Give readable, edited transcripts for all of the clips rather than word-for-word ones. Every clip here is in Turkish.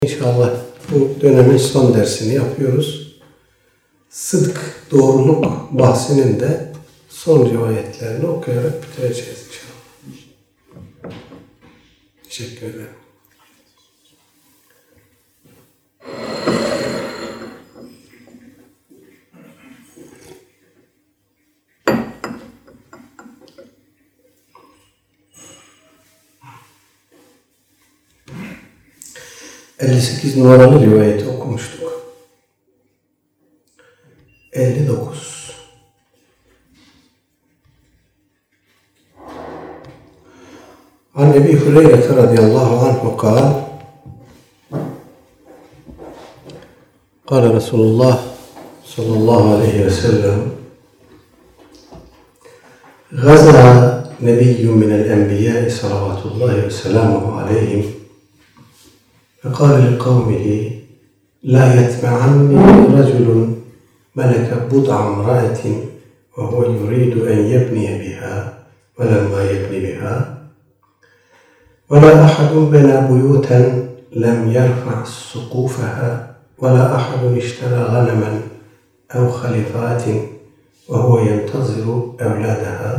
İnşallah bu dönemin son dersini yapıyoruz. Sıdk, doğruluk bahsinin de son rivayetlerini okuyarak bitireceğiz inşallah. Teşekkür ederim. ...58 numaralı rivayeti okumuştuk. 59. An Ebi Hureyre radıyallahu anhu kâl Kâle Resulullah sallallahu aleyhi ve sellem Gaza nebiyyun minel enbiyâi salavatullahi ve selamuhu aleyhim فقال لقومه لا يتبعني رجل ملك بضع امرأة وهو يريد أن يبني بها ولما يبني بها ولا أحد بنى بيوتا لم يرفع سقوفها ولا أحد اشترى غنما أو خليفات وهو ينتظر أولادها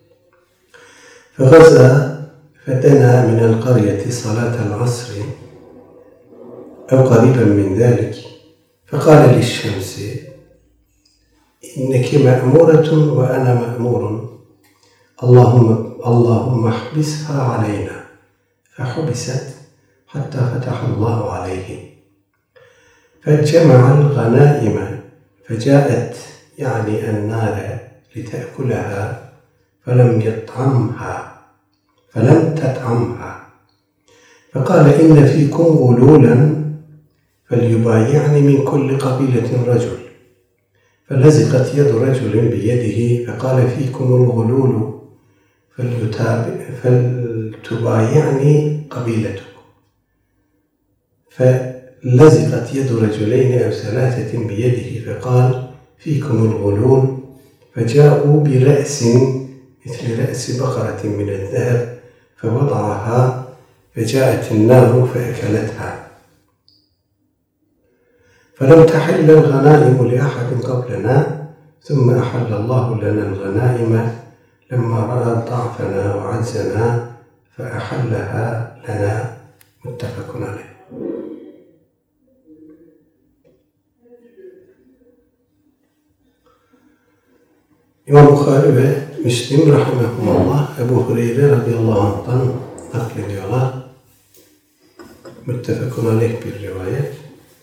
فغزا فدنا من القرية صلاة العصر أو قريبا من ذلك فقال للشمس إنك مأمورة وأنا مأمور اللهم احبسها علينا فحبست حتى فتح الله عليه فجمع الغنائم فجاءت يعني النار لتأكلها فلم تطعمها فقال إن فيكم غلولا فليبايعني من كل قبيلة رجل فلزقت يد رجل بيده فقال فيكم الغلول فلتبايعني قبيلتكم فلزقت يد رجلين أو ثلاثة بيده فقال فيكم الغلول فجاءوا برأس مثل رأس بقرة من الذهب فوضعها فجاءت النار فأكلتها فلم تحل الغنائم لأحد قبلنا ثم أحل الله لنا الغنائم لما رأى ضعفنا وعجزنا فأحلها لنا متفق عليه. İmam Bukhari ve Müslim rahimehumullah Ebu Hureyre radıyallahu anh'tan naklediyorlar. Müttefekun aleyh bir rivayet.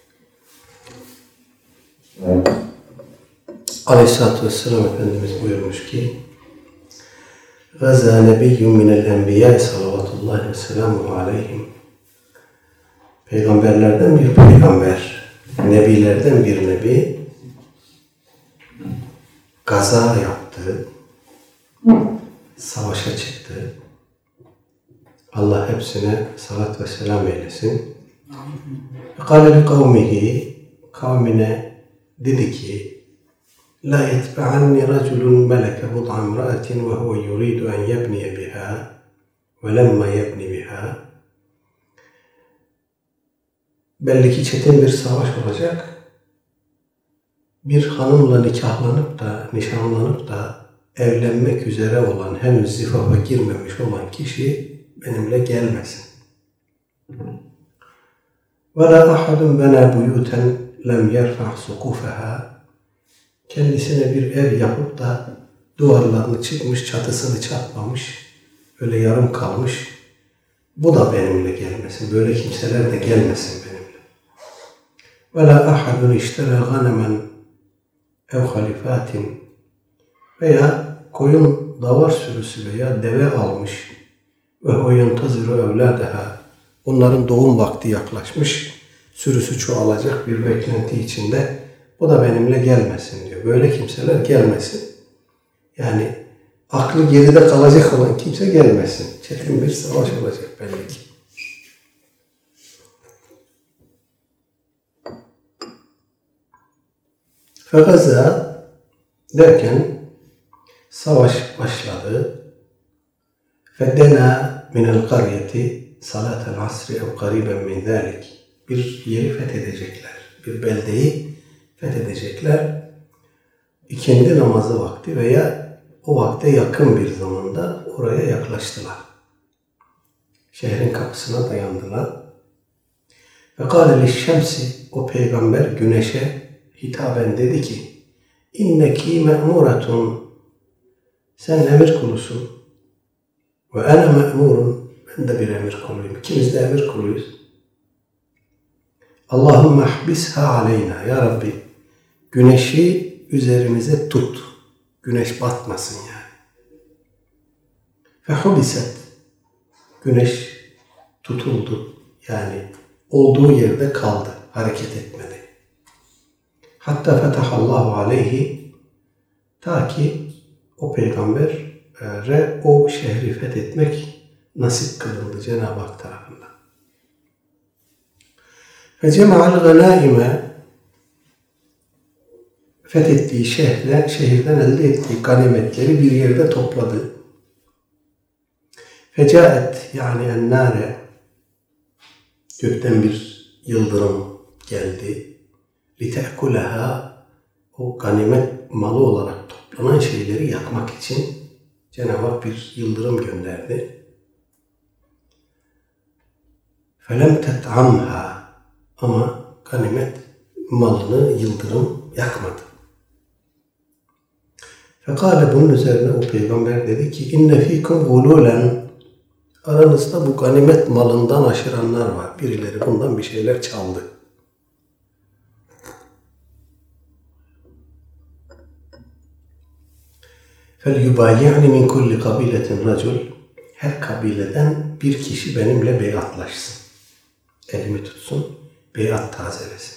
Aleyhisselatü Vesselam Efendimiz buyurmuş ki Gaza nebiyyun minel enbiyâi salavatullahi ve selamuhu aleyhim Peygamberlerden bir peygamber, nebilerden bir nebi gaza yaptı, savaşa çıktı. Allah hepsine salat ve selam eylesin. Kâle li kavmihi kavmine dedi ki La yetbe'anni raculun meleke bud'a imra'atin ve huve yuridu en yebniye biha ve lemma yebni biha. Belli ki çetin bir savaş olacak. Bir hanımla nişanlanıp da evlenmek üzere olan, henüz zifafa girmemiş olan kişi benimle gelmesin. وَلَا أَحَدٌ بَنَا بُيُوتًا لَمْ يَرْفَعْ سُقُوفَهَا Kendisine bir ev yapıp da duvarlarını çıkmış, çatısını çatmamış, öyle yarım kalmış. Bu da benimle gelmesin. Böyle kimseler de gelmesin benimle. وَلَا أَحَدٌ اشْتَرَى غَنَمًا اَوْ خَلِفَاتٍ Veya koyun, davar sürüsü veya deve almış ve o yentaziru evladaha onların doğum vakti yaklaşmış, sürüsü çoğalacak bir beklenti içinde, bu da benimle gelmesin diyor. Böyle kimseler gelmesin. Yani aklı geride kalacak olan kimse gelmesin. Çetin bir savaş olacak belli ki. Fegaza derken savaş başladı. Fedena minel qaryeti salatel asri ev qariben min zalik. bir yeri fethedecekler. Bir beldeyi fethedecekler. İkindi namazı vakti veya o vakte yakın bir zamanda oraya yaklaştılar. Şehrin kapısına dayandılar. Ve kâle lişşemsi, o peygamber güneşe hitaben dedi ki, inneki me'muratun, sen emir kulusun. Ve ene me'murun, ben de bir emir kuluyum. İkimiz de emir kuluyuz. Allahümme ahbisha aleyna, ya Rabbi, güneşi üzerimize tut. Güneş batmasın yani. Fehubiset, güneş tutuldu. Yani olduğu yerde kaldı, hareket etmedi. Hatta fetahallahu aleyhi, ta ki o peygambere o şehri fethetmek nasip kılındı Cenab-ı Hak tarafından. Ve cema'al ganaime, fethettiği şehirden elde ettiği ganimetleri bir yerde topladı. Fecaet, yani ennare, gökten bir yıldırım geldi. لِتَأْكُلَهَا, o ganimet malı olarak toplanan şeyleri yakmak için Cenab-ı Hak bir yıldırım gönderdi. فَلَمْ تَتْعَمْهَا, ama ganimet malını yıldırım yakmadı. Fekale, bunun üzerine o peygamber dedi ki, inne fikum gululen, aranızda bu ganimet malından aşıranlar var. Birileri bundan bir şeyler çaldı. فَلْيُبَايِعْنِ مِنْ كُلِّ قَبِيلَةٍ رَجُلٍ, her kabileden bir kişi benimle beyatlaşsın. Elimi tutsun, beyat tazelesin.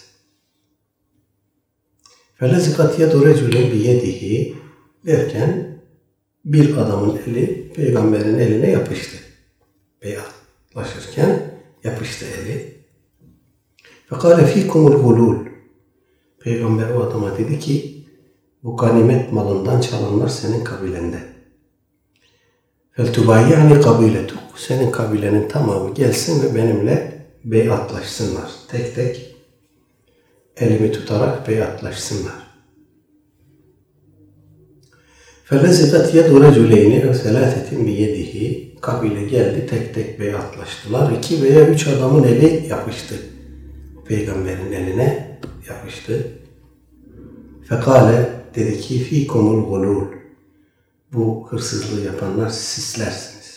فَلَزِقَتْ يَدُ رَجُلٍ بِيَدِهِ, derken bir adamın eli peygamberin eline yapıştı. Beyatlaşırken yapıştı eli. فَقَالَ ف۪يكُمُ الْغُلُولُ, peygamber o adama dedi ki, bu ganimet malından çalanlar senin kabilende. فَلْتُبَايِعْنِ قَبِيلَتُكُ, senin kabilenin tamamı gelsin ve benimle beyatlaşsınlar. Tek tek elimi tutarak beyatlaşsınlar. فَلَزِقَتْ يَدُ رَجُلَيْنِ وَسَلَاتَةٍ بِيَدِهِ, kabile geldi, tek tek beyatlaştılar. 2 veya 3 adamın eli yapıştı. Peygamberin eline yapıştı. Fekale, dedi ki, fikumul gulul, bu hırsızlığı yapanlar sizlersiniz.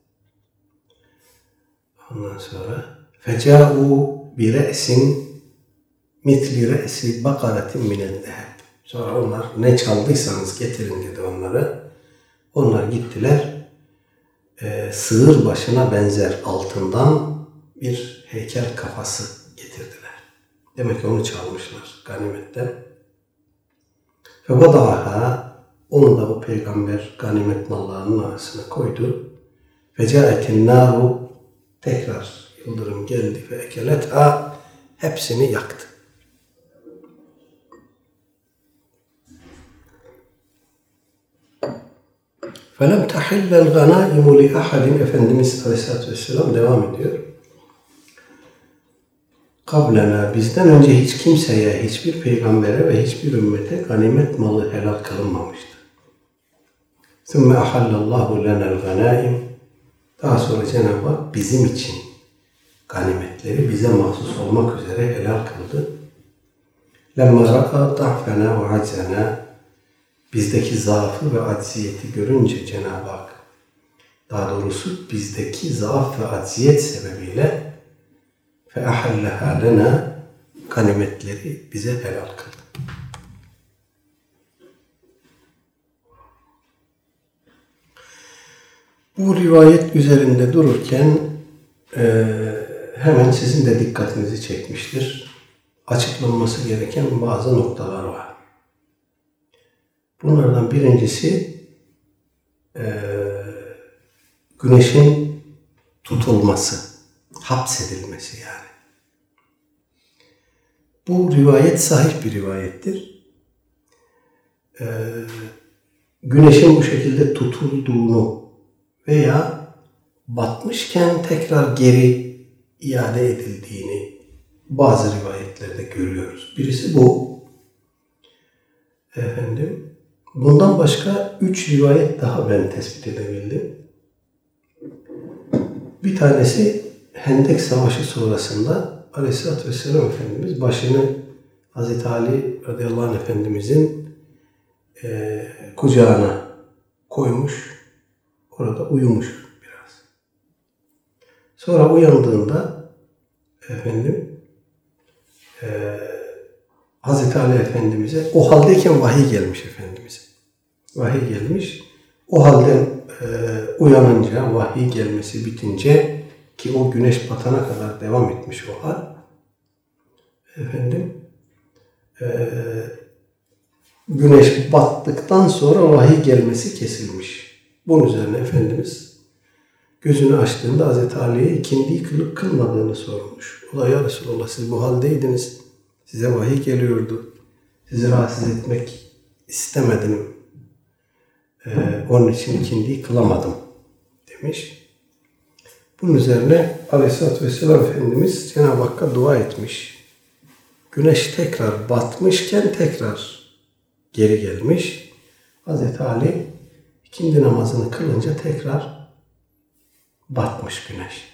Ondan sonra feca'u bi re'sin mitli re'si bakaratin minedeheb. Sonra onlar ne çaldıysanız getirin dedi onlara. Onlar gittiler, sığır başına benzer altından bir heykel kafası getirdiler. Demek ki onu çalmışlar ganimetten. فَوَضَعَهَا, onu da o peygamber ganimet mallarının arasına koydu. فَجَاءَتِ النَّارُ, tekrar yıldırım geldi ve ekeletha, hepsini yaktı. فَلَمْ تَحِلَّ الْغَنَائِمُ لِأَحَدٍ, Efendimiz Aleyhisselatü Vesselam devam ediyor. Kablena, bizden önce hiç kimseye, hiçbir peygambere ve hiçbir ümmete ganimet malı helal kılınmamıştı. ثُمَّ أَحَلَّ اللّٰهُ لَنَا الْغَنَائِمِ, daha sonra Cenab-ı Hak bizim için ganimetleri bize mahsus olmak üzere helal kıldı. لَمَّا رَأَى ضَعْفَنَا وَعَجْزَنَا, bizdeki zaafı ve acziyeti görünce Cenab-ı Hak, daha doğrusu bizdeki zaaf ve acziyet sebebiyle فَاَحَلَّهَا لَنَا, ganimetleri bize helal kıldı. Bu rivayet üzerinde dururken hemen sizin de dikkatinizi çekmiştir. Açıklanması gereken bazı noktalar var. Bunlardan birincisi güneşin tutulması, hapsedilmesi yani. Bu rivayet sahih bir rivayettir. Güneşin bu şekilde tutulduğunu veya batmışken tekrar geri iade edildiğini bazı rivayetlerde görüyoruz. Birisi bu. Bundan başka 3 rivayet daha ben tespit edebildim. Bir tanesi Hendek Savaşı sonrasında Aleyhisselatü Vesselam Efendimiz başını Hazreti Ali radıyallahu anh Efendimizin kucağına koymuş. Orada uyumuş biraz. Sonra uyandığında Hazreti Ali Efendimiz'e o haldeyken vahiy gelmiş Efendimiz'e. Vahiy gelmiş. O halde uyanınca, vahiy gelmesi bitince ki o güneş batana kadar devam etmiş o hal. Güneş battıktan sonra vahiy gelmesi kesilmiş. Bunun üzerine Efendimiz gözünü açtığında Hazreti Ali'ye ikindiyi kılıp kılmadığını sormuş. O da ya Resulallah siz bu haldeydiniz. Size vahiy geliyordu. Sizi rahatsız etmek istemedim. Onun için ikindiyi kılamadım demiş. Bunun üzerine Aleyhisselatü Vesselam Efendimiz Cenab-ı Hakk'a dua etmiş. Güneş tekrar batmışken tekrar geri gelmiş. Hazreti Ali ikindi namazını kılınca tekrar batmış güneş.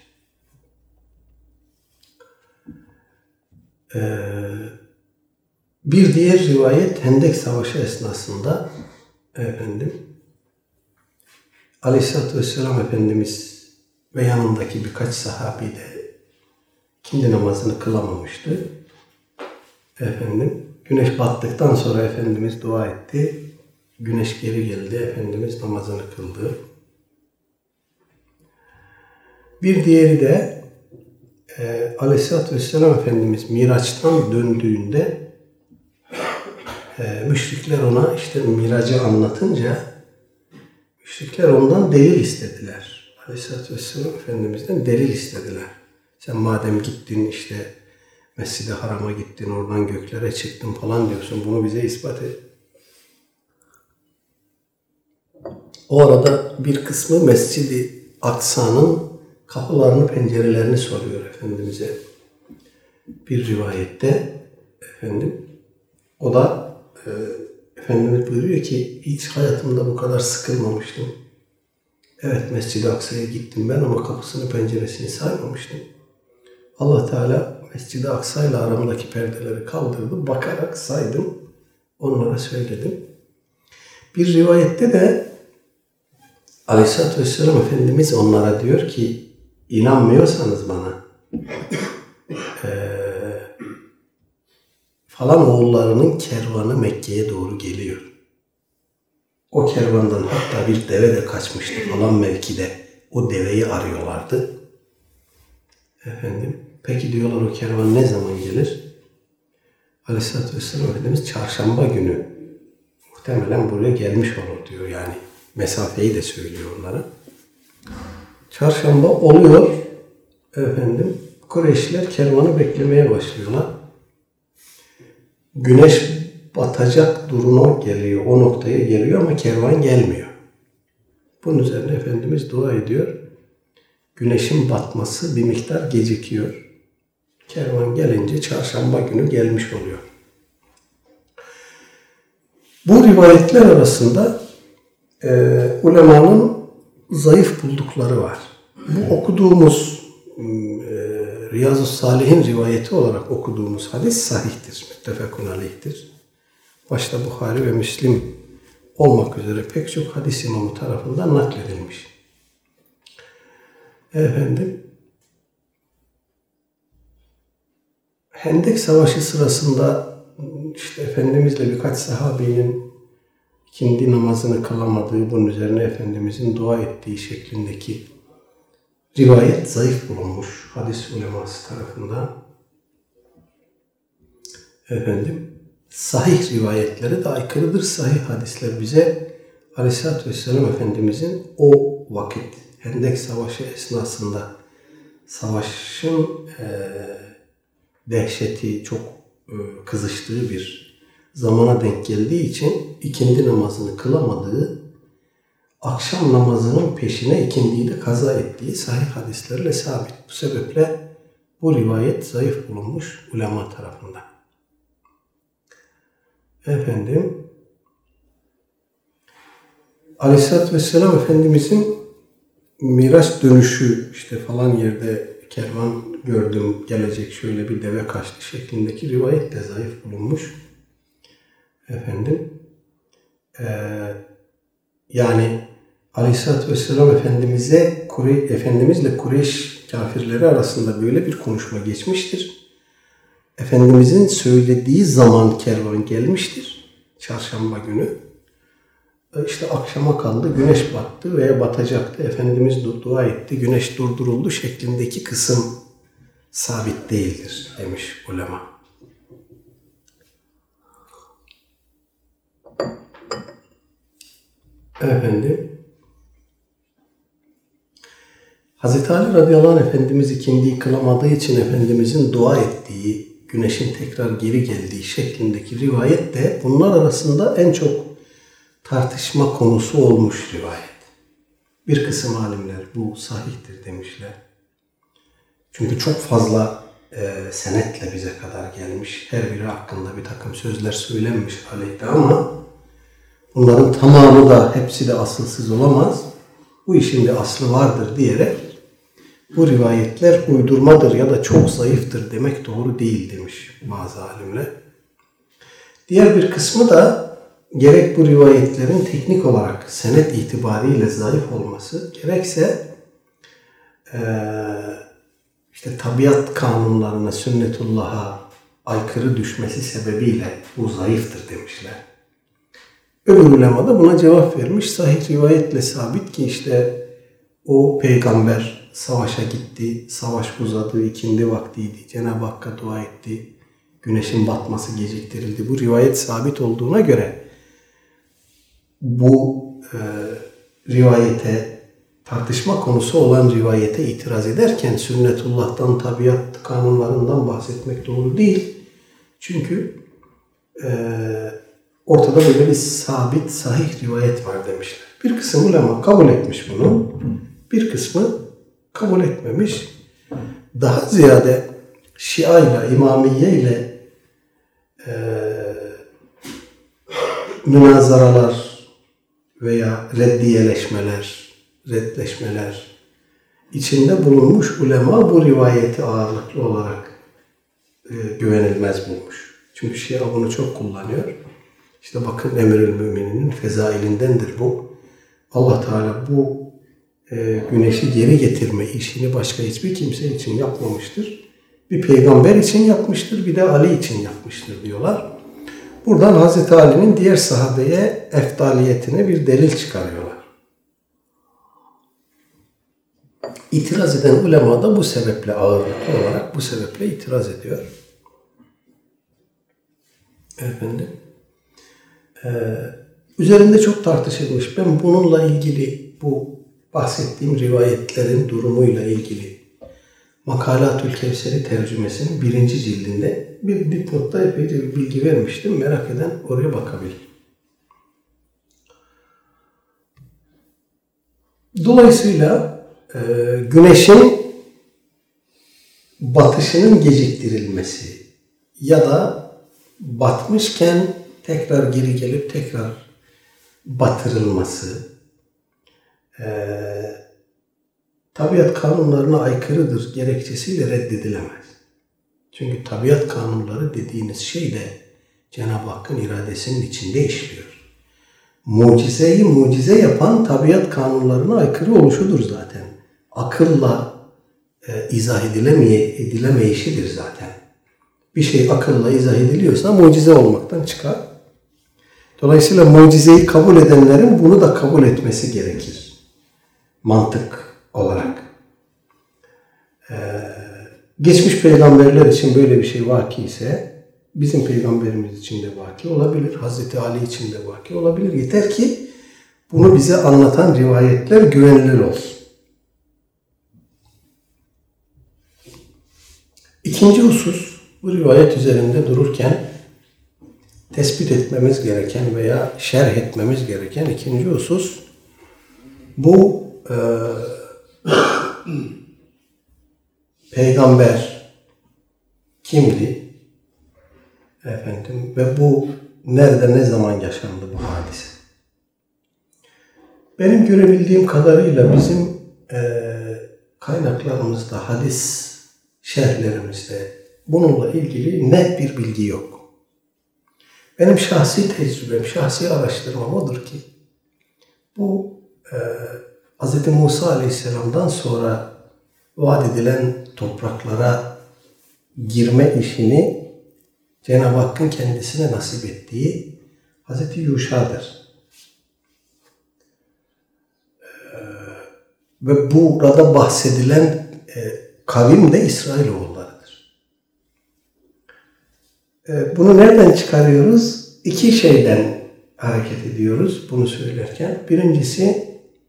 Bir diğer rivayet Hendek Savaşı esnasında Aleyhisselatü Vesselam Efendimiz ve yanındaki birkaç sahabi de ikindi namazını kılamamıştı. Güneş battıktan sonra Efendimiz dua etti. Güneş geri geldi. Efendimiz namazını kıldı. Bir diğeri de Aleyhisselatü Vesselam Efendimiz Miraç'tan döndüğünde müşrikler ona işte Mirac'ı anlatınca müşrikler ondan delil istediler. Aleyhisselatü Vesselam Efendimiz'den delil istediler. Sen madem gittin işte Mescid-i Haram'a gittin, oradan göklere çıktın falan diyorsun. Bunu bize ispat et. O arada bir kısmı Mescid-i Aksa'nın kapılarını, pencerelerini soruyor Efendimiz'e. Bir rivayette o da Efendimiz buyuruyor ki hiç hayatımda bu kadar sıkılmamıştım. Evet Mescid-i Aksa'ya gittim ben ama kapısını, penceresini saymamıştım. Allah Teala Mescid-i Aksa ile aramdaki perdeleri kaldırdı. Bakarak saydım. Onlara söyledim. Bir rivayette de Aleyhisselatü Vesselam Efendimiz onlara diyor ki inanmıyorsanız bana falan oğullarının kervanı Mekke'ye doğru geliyor. O kervandan hatta bir deve de kaçmıştı falan mevkide. O deveyi arıyorlardı. Peki diyorlar o kervan ne zaman gelir? Aleyhisselatü Vesselam Efendimiz çarşamba günü muhtemelen buraya gelmiş olur diyor. Yani mesafeyi de söylüyor onlara. Çarşamba oluyor. Kureyşliler kervanı beklemeye başlıyorlar. Güneş batacak duruma geliyor. O noktaya geliyor ama kervan gelmiyor. Bunun üzerine Efendimiz dua ediyor. Güneşin batması bir miktar gecikiyor. Kervan gelince çarşamba günü gelmiş oluyor. Bu rivayetler arasında ulemanın zayıf buldukları var. Bu okuduğumuz Riyazu Salihin rivayeti olarak okuduğumuz hadis sahihtir, müttefekun aleyhtir. Başta Buhari ve Müslim olmak üzere pek çok hadis imamı tarafından nakledilmiş. Hendek Savaşı sırasında işte Efendimizle birkaç sahabinin ikindi namazını kılamadığı, bunun üzerine Efendimizin dua ettiği şeklindeki rivayet zayıf bulunmuş hadis uleması tarafından. Sahih rivayetlere de aykırıdır. Sahih hadisler bize Aleyhisselatü Vesselam Efendimizin o vakit Hendek Savaşı esnasında savaşın dehşeti çok kızıştığı bir zamana denk geldiği için ikindi namazını kılamadığı, akşam namazının peşine ikindiyi de kaza ettiği sahih hadislerle sabit. Bu sebeple bu rivayet zayıf bulunmuş ulema tarafından. Aleyhisselatü Vesselam Efendimizin Miraç dönüşü, işte falan yerde kervan gördüm, gelecek şöyle bir deve kaçtı şeklindeki rivayet de zayıf bulunmuş. Yani Aleyhisselatü Vesselam Efendimizle Kureyş kafirleri arasında böyle bir konuşma geçmiştir. Efendimizin söylediği zaman kervan gelmiştir. Çarşamba günü. İşte akşama kaldı, güneş battı veya batacaktı. Efendimiz dua etti, güneş durduruldu şeklindeki kısım sabit değildir demiş ulema. Hazreti Ali radıyallahu anh Efendimiz ikindiyi kılamadığı için Efendimizin dua ettiği, güneşin tekrar geri geldiği şeklindeki rivayet de bunlar arasında en çok tartışma konusu olmuş rivayet. Bir kısım alimler bu sahihtir demişler. Çünkü çok fazla senetle bize kadar gelmiş. Her biri hakkında bir takım sözler söylenmiş aleyhte ama bunların tamamı da hepsi de asılsız olamaz. Bu işin de aslı vardır diyerek bu rivayetler uydurmadır ya da çok zayıftır demek doğru değil demiş bazı alimler. Diğer bir kısmı da gerek bu rivayetlerin teknik olarak senet itibariyle zayıf olması, gerekse işte tabiat kanunlarına, sünnetullah'a aykırı düşmesi sebebiyle bu zayıftır demişler. Öbür ulema da buna cevap vermiş. Sahih rivayetle sabit ki işte o peygamber savaşa gitti, savaş uzadı, ikindi vaktiydi, Cenab-ı Hakk'a dua etti, güneşin batması geciktirildi. Bu rivayet sabit olduğuna göre bu rivayete, tartışma konusu olan rivayete itiraz ederken sünnetullah'tan, tabiat kanunlarından bahsetmek doğru değil. Çünkü ortada böyle bir sabit, sahih rivayet var demişler. Bir kısım ulema kabul etmiş bunu, bir kısmı kabul etmemiş. Daha ziyade Şia ile, İmamiye ile münazaralar veya redleşmeler içinde bulunmuş ulema bu rivayeti ağırlıklı olarak güvenilmez bulmuş. Çünkü Şia bunu çok kullanıyor. İşte bakın Emirül Mümininin fezailindendir bu. Allah Teala bu güneşi geri getirme işini başka hiçbir kimse için yapmamıştır. Bir peygamber için yapmıştır, bir de Ali için yapmıştır diyorlar. Buradan Hazreti Ali'nin diğer sahabeye efdaliyetine bir delil çıkarıyorlar. İtiraz eden ulema da bu sebeple ağırlıklı olarak bu sebeple itiraz ediyor. Üzerinde çok tartışılmış. Ben bununla ilgili, bu bahsettiğim rivayetlerin durumuyla ilgili Makalatül Kevser'i tercümesinin 1. cildinde bir dipnotta epeyce bir bilgi vermiştim. Merak eden oraya bakabilir. Dolayısıyla güneşin batışının geciktirilmesi ya da batmışken tekrar geri gelip tekrar batırılması tabiat kanunlarına aykırıdır gerekçesiyle reddedilemez. Çünkü tabiat kanunları dediğiniz şey de Cenab-ı Hakk'ın iradesinin içinde işliyor. Mucizeyi mucize yapan tabiat kanunlarına aykırı oluşudur zaten. Akılla izah edilemeyişidir zaten. Bir şey akılla izah ediliyorsa mucize olmaktan çıkar. Dolayısıyla mucizeyi kabul edenlerin bunu da kabul etmesi gerekir. Mantık olarak. Geçmiş peygamberler için böyle bir şey vaki ise bizim peygamberimiz için de vaki olabilir. Hazreti Ali için de vaki olabilir. Yeter ki bunu bize anlatan rivayetler güvenilir olsun. İkinci husus, bu rivayet üzerinde dururken tespit etmemiz gereken veya şerh etmemiz gereken ikinci husus, bu peygamber kimdi? Ve bu nerede, ne zaman yaşandı bu hadise? Benim görebildiğim kadarıyla bizim kaynaklarımızda, hadis şerhlerimizde bununla ilgili net bir bilgi yok. Benim şahsi tecrübem, şahsi araştırmam odur ki bu Hz. Musa Aleyhisselam'dan sonra vaat edilen topraklara girme işini Cenab-ı Hakk'ın kendisine nasip ettiği Hz. Yuşa'dır. Ve burada bahsedilen kavim de İsrailoğullarıdır. Bunu nereden çıkarıyoruz? İki şeyden hareket ediyoruz bunu söylerken. Birincisi,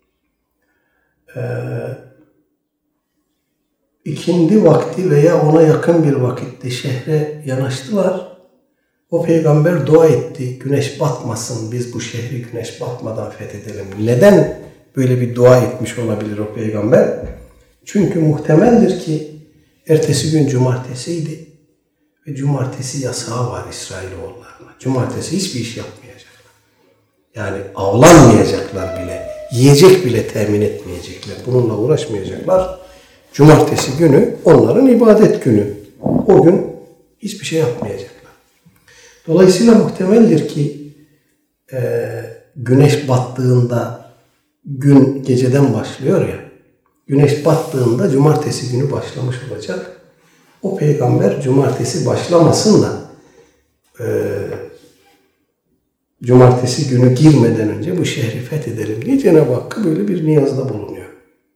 ikindi vakti veya ona yakın bir vakitte şehre yanaştılar. O peygamber dua etti. Güneş batmasın, biz bu şehri güneş batmadan fethedelim. Neden böyle bir dua etmiş olabilir o peygamber? Çünkü muhtemeldir ki ertesi gün cumartesiydi. Ve cumartesi yasağı var İsrailoğullarına. Cumartesi hiçbir iş yapmayacaklar. Yani avlanmayacaklar bile. Yiyecek bile temin etmeyecekler. Bununla uğraşmayacaklar. Cumartesi günü onların ibadet günü. O gün hiçbir şey yapmayacaklar. Dolayısıyla muhtemeldir ki güneş battığında, gün geceden başlıyor ya, güneş battığında cumartesi günü başlamış olacak. O peygamber cumartesi başlamasın da cumartesi günü girmeden önce bu şehri fethedelim diye Cenab-ı Hakk'a böyle bir niyazda bulunuyor.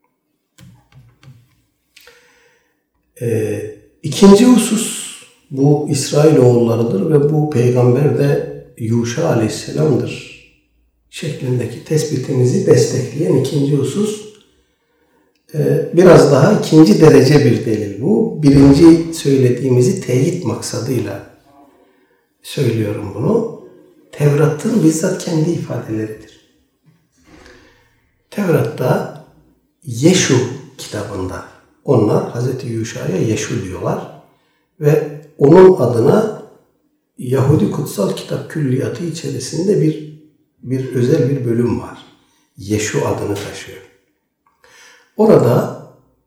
İkinci husus bu İsrailoğullarıdır ve bu peygamber de Yuşa Aleyhisselam'dır şeklindeki tespitimizi destekleyen ikinci husus biraz daha ikinci derece bir delil bu. Birinci söylediğimizi teyit maksadıyla söylüyorum bunu. Tevrat'ın bizzat kendi ifadeleridir. Tevrat'ta Yeşu kitabında onlar Hazreti Yuşa'ya Yeşu diyorlar ve onun adına Yahudi Kutsal Kitap Külliyatı içerisinde bir özel bir bölüm var. Yeşu adını taşıyor. Orada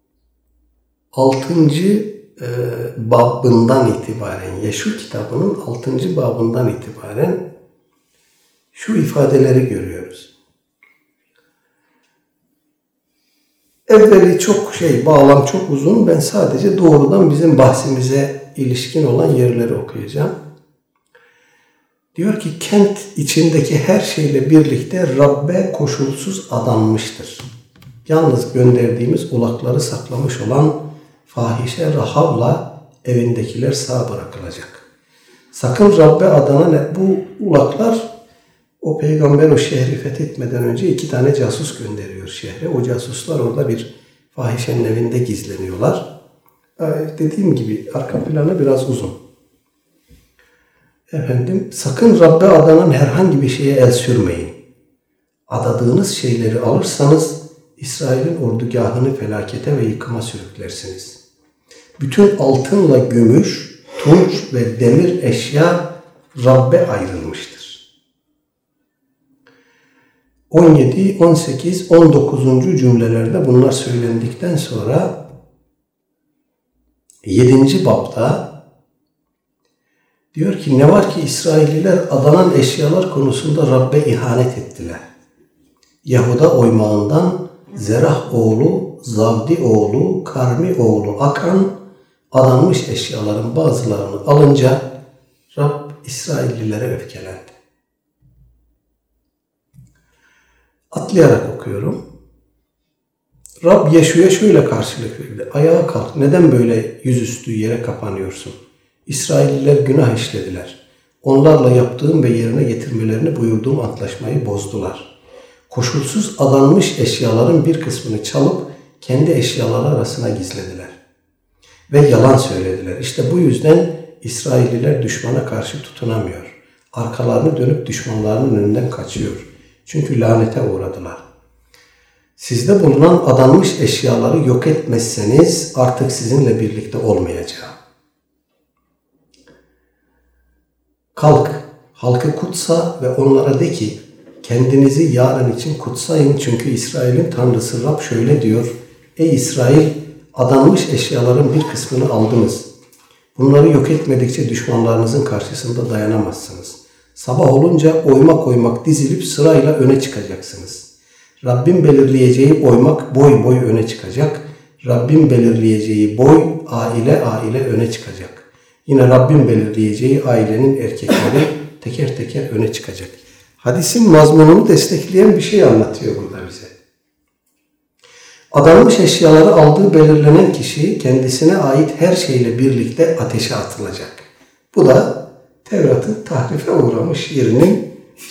6. babından itibaren, Yeşu kitabının 6. babından itibaren şu ifadeleri görüyoruz. Evveli çok bağlam çok uzun. Ben sadece doğrudan bizim bahsimize ilişkin olan yerleri okuyacağım. Diyor ki kent içindeki her şeyle birlikte Rabbe koşulsuz adanmıştır. Yalnız gönderdiğimiz ulakları saklamış olan fahişe Rahav'la evindekiler sağ bırakılacak. Sakın Rabbe adanan bu ulaklar o peygamber o şehri fethetmeden önce 2 tane casus gönderiyor şehre. O casuslar orada bir fahişenin evinde gizleniyorlar. Dediğim gibi arka planı biraz uzun. Sakın Rabbe adanan herhangi bir şeye el sürmeyin. Adadığınız şeyleri alırsanız İsrail'in ordugahını felakete ve yıkıma sürüklersiniz. Bütün altınla gümüş, tunç ve demir eşya Rabbe ayrılmıştır. 17, 18, 19. cümlelerde bunlar söylendikten sonra 7. babda diyor ki ne var ki İsrailliler adanan eşyalar konusunda Rabbe ihanet ettiler. Yahuda oymağından Zerah oğlu, Zavdi oğlu, Karmi oğlu Akan adanmış eşyaların bazılarını alınca Rab İsraillilere öfkelendi. Atlayarak okuyorum. Rab Yeşu'ya şöyle karşılık verdi. Ayağa kalk. Neden böyle yüzüstü yere kapanıyorsun? İsrailliler günah işlediler. Onlarla yaptığım ve yerine getirmelerini buyurduğum antlaşmayı bozdular. Koşulsuz adanmış eşyaların bir kısmını çalıp kendi eşyaları arasına gizlediler. Ve yalan söylediler. İşte bu yüzden İsrailliler düşmana karşı tutunamıyor. Arkalarını dönüp düşmanlarının önünden kaçıyor. Çünkü lanete uğradılar. Sizde bulunan adanmış eşyaları yok etmezseniz artık sizinle birlikte olmayacağım. Kalk, halkı kutsa ve onlara de ki, kendinizi yarın için kutsayın çünkü İsrail'in Tanrısı Rab şöyle diyor. Ey İsrail, adanmış eşyaların bir kısmını aldınız. Bunları yok etmedikçe düşmanlarınızın karşısında dayanamazsınız. Sabah olunca oymak oymak dizilip sırayla öne çıkacaksınız. Rabbin belirleyeceği oymak boy boy öne çıkacak. Rabbin belirleyeceği boy aile aile öne çıkacak. Yine Rabbin belirleyeceği ailenin erkekleri teker teker öne çıkacak. Hadisin mazmununu destekleyen bir şey anlatıyor burada bize. Adanmış eşyaları aldığı belirlenen kişi kendisine ait her şeyle birlikte ateşe atılacak. Bu da Tevrat'ın tahrife uğramış yerinin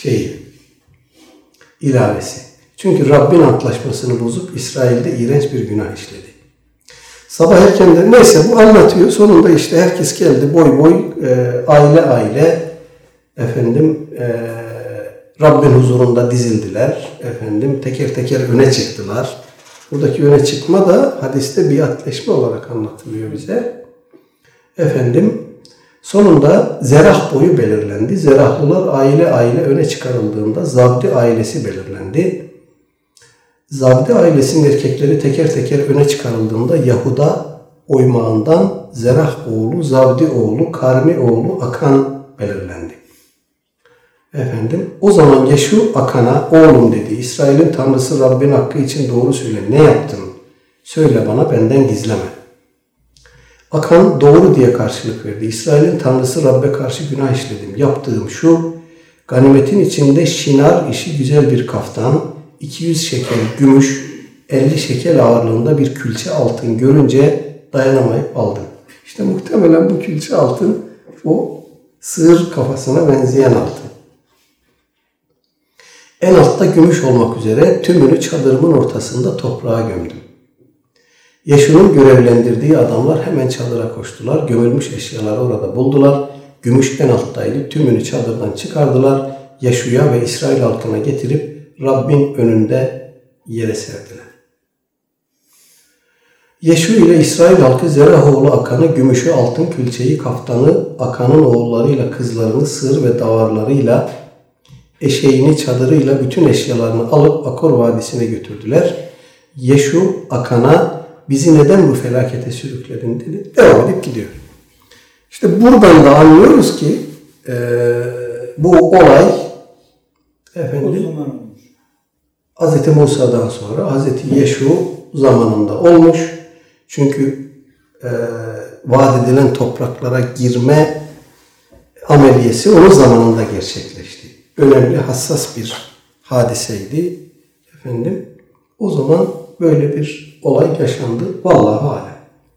ilavesi. Çünkü Rabbin antlaşmasını bozup İsrail'de iğrenç bir günah işledi. Sabah erkenden neyse bu anlatıyor. Sonunda işte herkes geldi boy boy aile aile Rabbin huzurunda dizildiler. Teker teker öne çıktılar. Buradaki öne çıkma da hadiste biatleşme olarak anlatılıyor bize. Sonunda Zerah boyu belirlendi. Zerahlılar aile aile öne çıkarıldığında Zabdi ailesi belirlendi. Zabdi ailesinin erkekleri teker teker öne çıkarıldığında Yahuda oymağından Zerah oğlu, Zabdi oğlu, Karmi oğlu Akan belirlendi. O zaman Yeşu Akan'a oğlum dedi. İsrail'in Tanrısı Rabbin hakkı için doğru söyle. Ne yaptın? Söyle bana, benden gizleme. Akan doğru diye karşılık verdi. İsrail'in Tanrısı Rabbe karşı günah işledim. Yaptığım şu, ganimetin içinde şinar işi güzel bir kaftan, 200 şekel gümüş, 50 şekel ağırlığında bir külçe altın görünce dayanamayıp aldım. İşte muhtemelen bu külçe altın o sığır kafasına benzeyen altın. En altta gümüş olmak üzere tümünü çadırımın ortasında toprağa gömdüm. Yeşu'nun görevlendirdiği adamlar hemen çadıra koştular. Gömülmüş eşyaları orada buldular. Gümüş en alttaydı. Tümünü çadırdan çıkardılar. Yeşu'ya ve İsrail halkına getirip Rabbin önünde yere serdiler. Yeşu ile İsrail halkı Zerah oğlu Akan'ı, gümüşü, altın külçeyi, kaftanı, Akan'ın oğullarıyla kızlarını, sığır ve davarlarıyla, eşeğini, çadırıyla bütün eşyalarını alıp Akor Vadisi'ne götürdüler. Yeşu Akan'a bizi neden bu felakete sürükledin dedi. Devam edip gidiyor. İşte buradan da anlıyoruz ki bu olay Hz. Musa'dan sonra Hz. Yeşu zamanında olmuş. Çünkü vaat edilen topraklara girme ameliyesi onun zamanında gerçekleşti. Önemli, hassas bir hadiseydi. O zaman böyle bir olay yaşandı. Vallahi alem.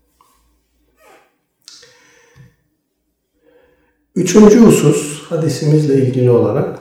Üçüncü husus hadisimizle ilgili olarak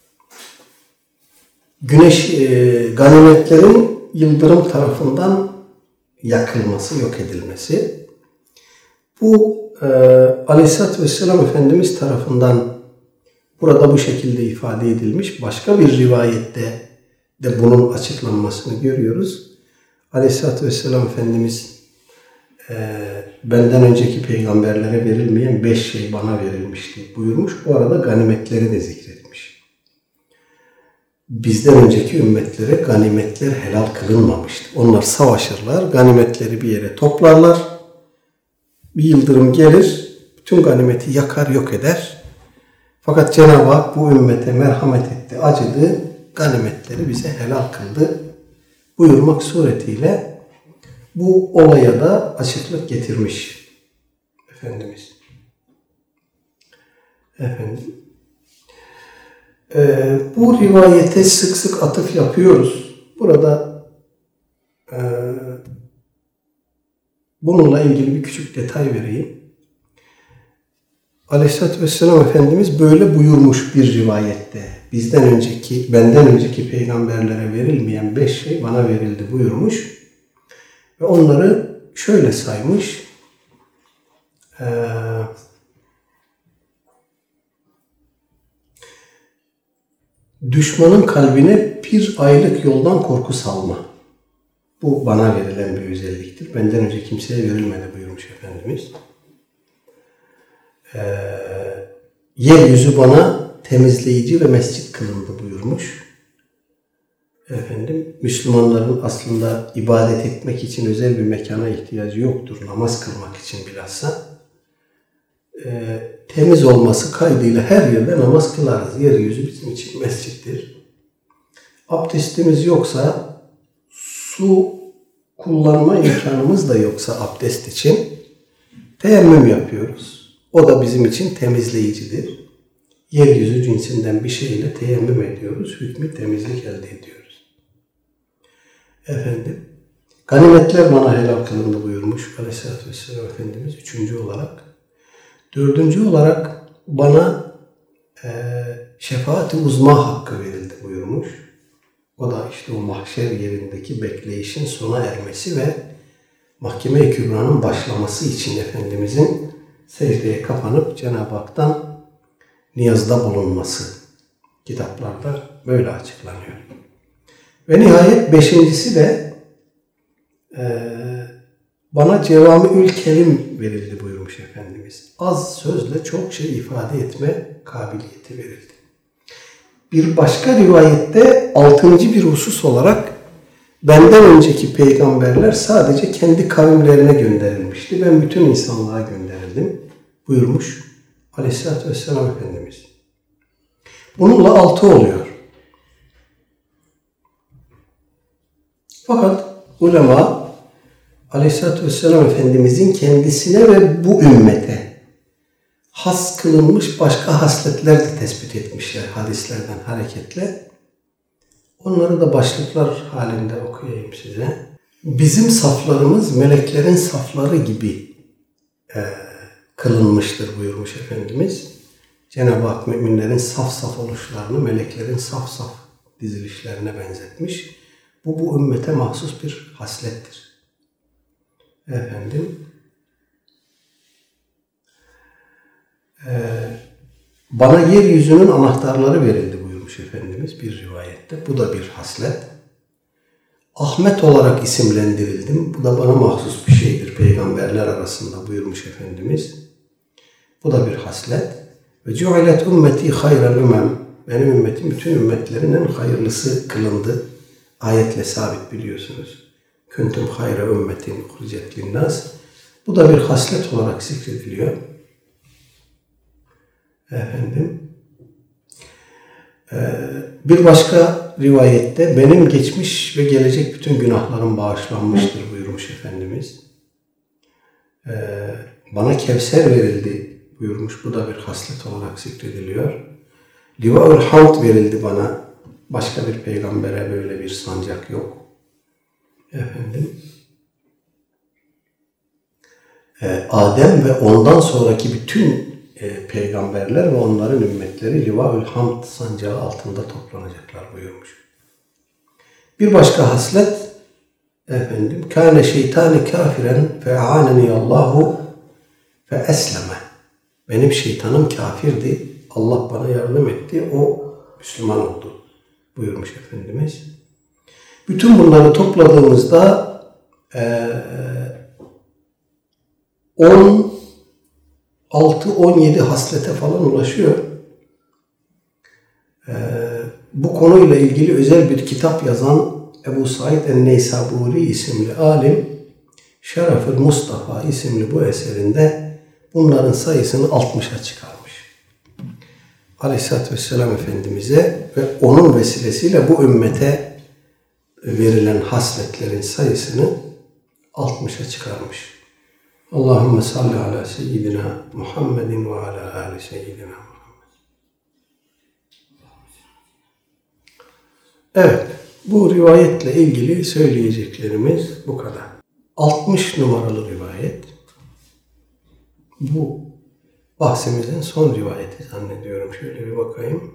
ganimetlerin yıldırım tarafından yakılması, yok edilmesi. Bu Aleyhisselatü Vesselam Efendimiz tarafından burada bu şekilde ifade edilmiş. Başka bir rivayette de bunun açıklanmasını görüyoruz. Aleyhisselatü Vesselam Efendimiz benden önceki peygamberlere verilmeyen 5 şey bana verilmişti buyurmuş. Bu arada ganimetleri de zikretmiş. Bizden önceki ümmetlere ganimetler helal kılınmamıştı. Onlar savaşırlar, ganimetleri bir yere toplarlar. Bir yıldırım gelir, bütün ganimeti yakar, yok eder. Fakat Cenab-ı Hak bu ümmete merhamet etti, acıdı, ganimetleri bize helal kıldı buyurmak suretiyle bu olaya da açıklık getirmiş Efendimiz. Bu rivayete sık sık atıf yapıyoruz. Burada bununla ilgili bir küçük detay vereyim. Aleyhisselatü Vesselam Efendimiz böyle buyurmuş bir rivayette. Benden önceki peygamberlere verilmeyen 5 şey bana verildi buyurmuş. Ve onları şöyle saymış. Düşmanın kalbine bir aylık yoldan korku salma. Bu bana verilen bir özelliktir. Benden önce kimseye verilmedi buyurmuş Efendimiz. yeryüzü bana temizleyici ve mescit kılındı buyurmuş. Müslümanların aslında ibadet etmek için özel bir mekana ihtiyacı yoktur. Namaz kılmak için bilhassa. Temiz olması kaydıyla her yerde namaz kılarız. Yeryüzü bizim için mescittir. Abdestimiz yoksa, su kullanma imkanımız da yoksa abdest için teyemmüm yapıyoruz. O da bizim için temizleyicidir. Yeryüzü cinsinden bir şeyle teyemmüm ediyoruz. Hükmü temizlik elde ediyoruz. Ganimetler bana helal kılındı buyurmuş Aleyhisselatü Vesselam Efendimiz 3. olarak. 4. olarak bana şefaat-i uzma hakkı verildi buyurmuş. O da işte o mahşer yerindeki bekleyişin sona ermesi ve Mahkeme-i Kübra'nın başlaması için Efendimizin secdeye kapanıp Cenab-ı Hak'tan niyazda bulunması. Kitaplarda böyle açıklanıyor. Ve nihayet 5.'si de bana cevami'ül kelim verildi buyurmuş Efendimiz. Az sözle çok şey ifade etme kabiliyeti verildi. Bir başka rivayette 6. bir husus olarak benden önceki peygamberler sadece kendi kavimlerine gönderilmişti. Ben bütün insanlığa gönderildim buyurmuş Aleyhisselatü Vesselam Efendimiz. Bununla 6 oluyor. Fakat ulema Aleyhisselatü Vesselam Efendimizin kendisine ve bu ümmete has kılınmış başka hasletler de tespit etmişler hadislerden hareketle. Onları da başlıklar halinde okuyayım size. Bizim saflarımız meleklerin safları gibi kılınmıştır buyurmuş Efendimiz. Cenab-ı Hak müminlerin saf saf oluşlarını meleklerin saf saf dizilişlerine benzetmiş. Bu ümmete mahsus bir haslettir. Bana yeryüzünün anahtarları verildi buyurmuş Efendimiz bir rivayette. Bu da bir haslet. Ahmet olarak isimlendirildim. Bu da bana mahsus bir şeydir peygamberler arasında buyurmuş Efendimiz. Bu da bir haslet. Ve cu'ilet ümmeti hayral ümem. Benim ümmetim bütün ümmetlerin en hayırlısı kılındı. Ayetle sabit biliyorsunuz. Kuntum hayra ümmetin uhricet linnas. Bu da bir haslet olarak zikrediliyor. Bir başka rivayette benim geçmiş ve gelecek bütün günahlarım bağışlanmıştır buyurmuş Efendimiz. Bana Kevser verildi buyurmuş. Bu da bir haslet olarak zikrediliyor. Livaül Hamd verildi bana. Başka bir peygambere böyle bir sancak yok. Adem ve ondan sonraki bütün peygamberler ve onların ümmetleri Livaül Hamd sancağı altında toplanacaklar buyurmuş. Bir başka haslet kâne şeytâni kâfiren fe'âneni Allahu fe esleme. Benim şeytanım kafirdi. Allah bana yardım etti. O Müslüman oldu buyurmuş Efendimiz. Bütün bunları topladığımızda 16-17 haslete falan ulaşıyor. Bu konuyla ilgili özel bir kitap yazan Ebu Said el-Neysaburi isimli alim Şeref-ül Mustafa isimli bu eserinde bunların sayısını 60'a çıkarmış. Aleyhisselatü Vesselam Efendimiz'e ve onun vesilesiyle bu ümmete verilen hasletlerin sayısını 60'a çıkarmış. Allahümme salli ala seyyidina Muhammedin ve ala ali seyyidina Muhammed. Evet, bu rivayetle ilgili söyleyeceklerimiz bu kadar. 60 numaralı rivayet. Bu bahsimizin son rivayeti zannediyorum. Şöyle bir bakayım.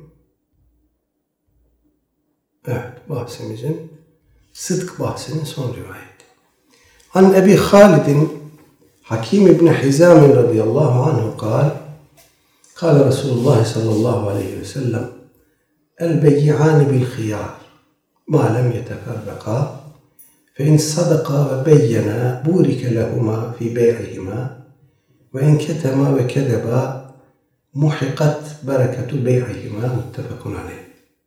Evet, bahsimizin sıdk bahsinin son rivayeti. An Ebi Halid'in Hakim İbni Hizam radıyallahu anhu kâle Resulullah sallallahu aleyhi ve sellem el-beyyi'âni bil-khiyâr mâ lem yeteferrakâ fe in sadaka ve beyyena burike lehuma fi bey'ihima ve in ketema ve kedeba muhikat bereketu bey'ihima muttefekun aleyh.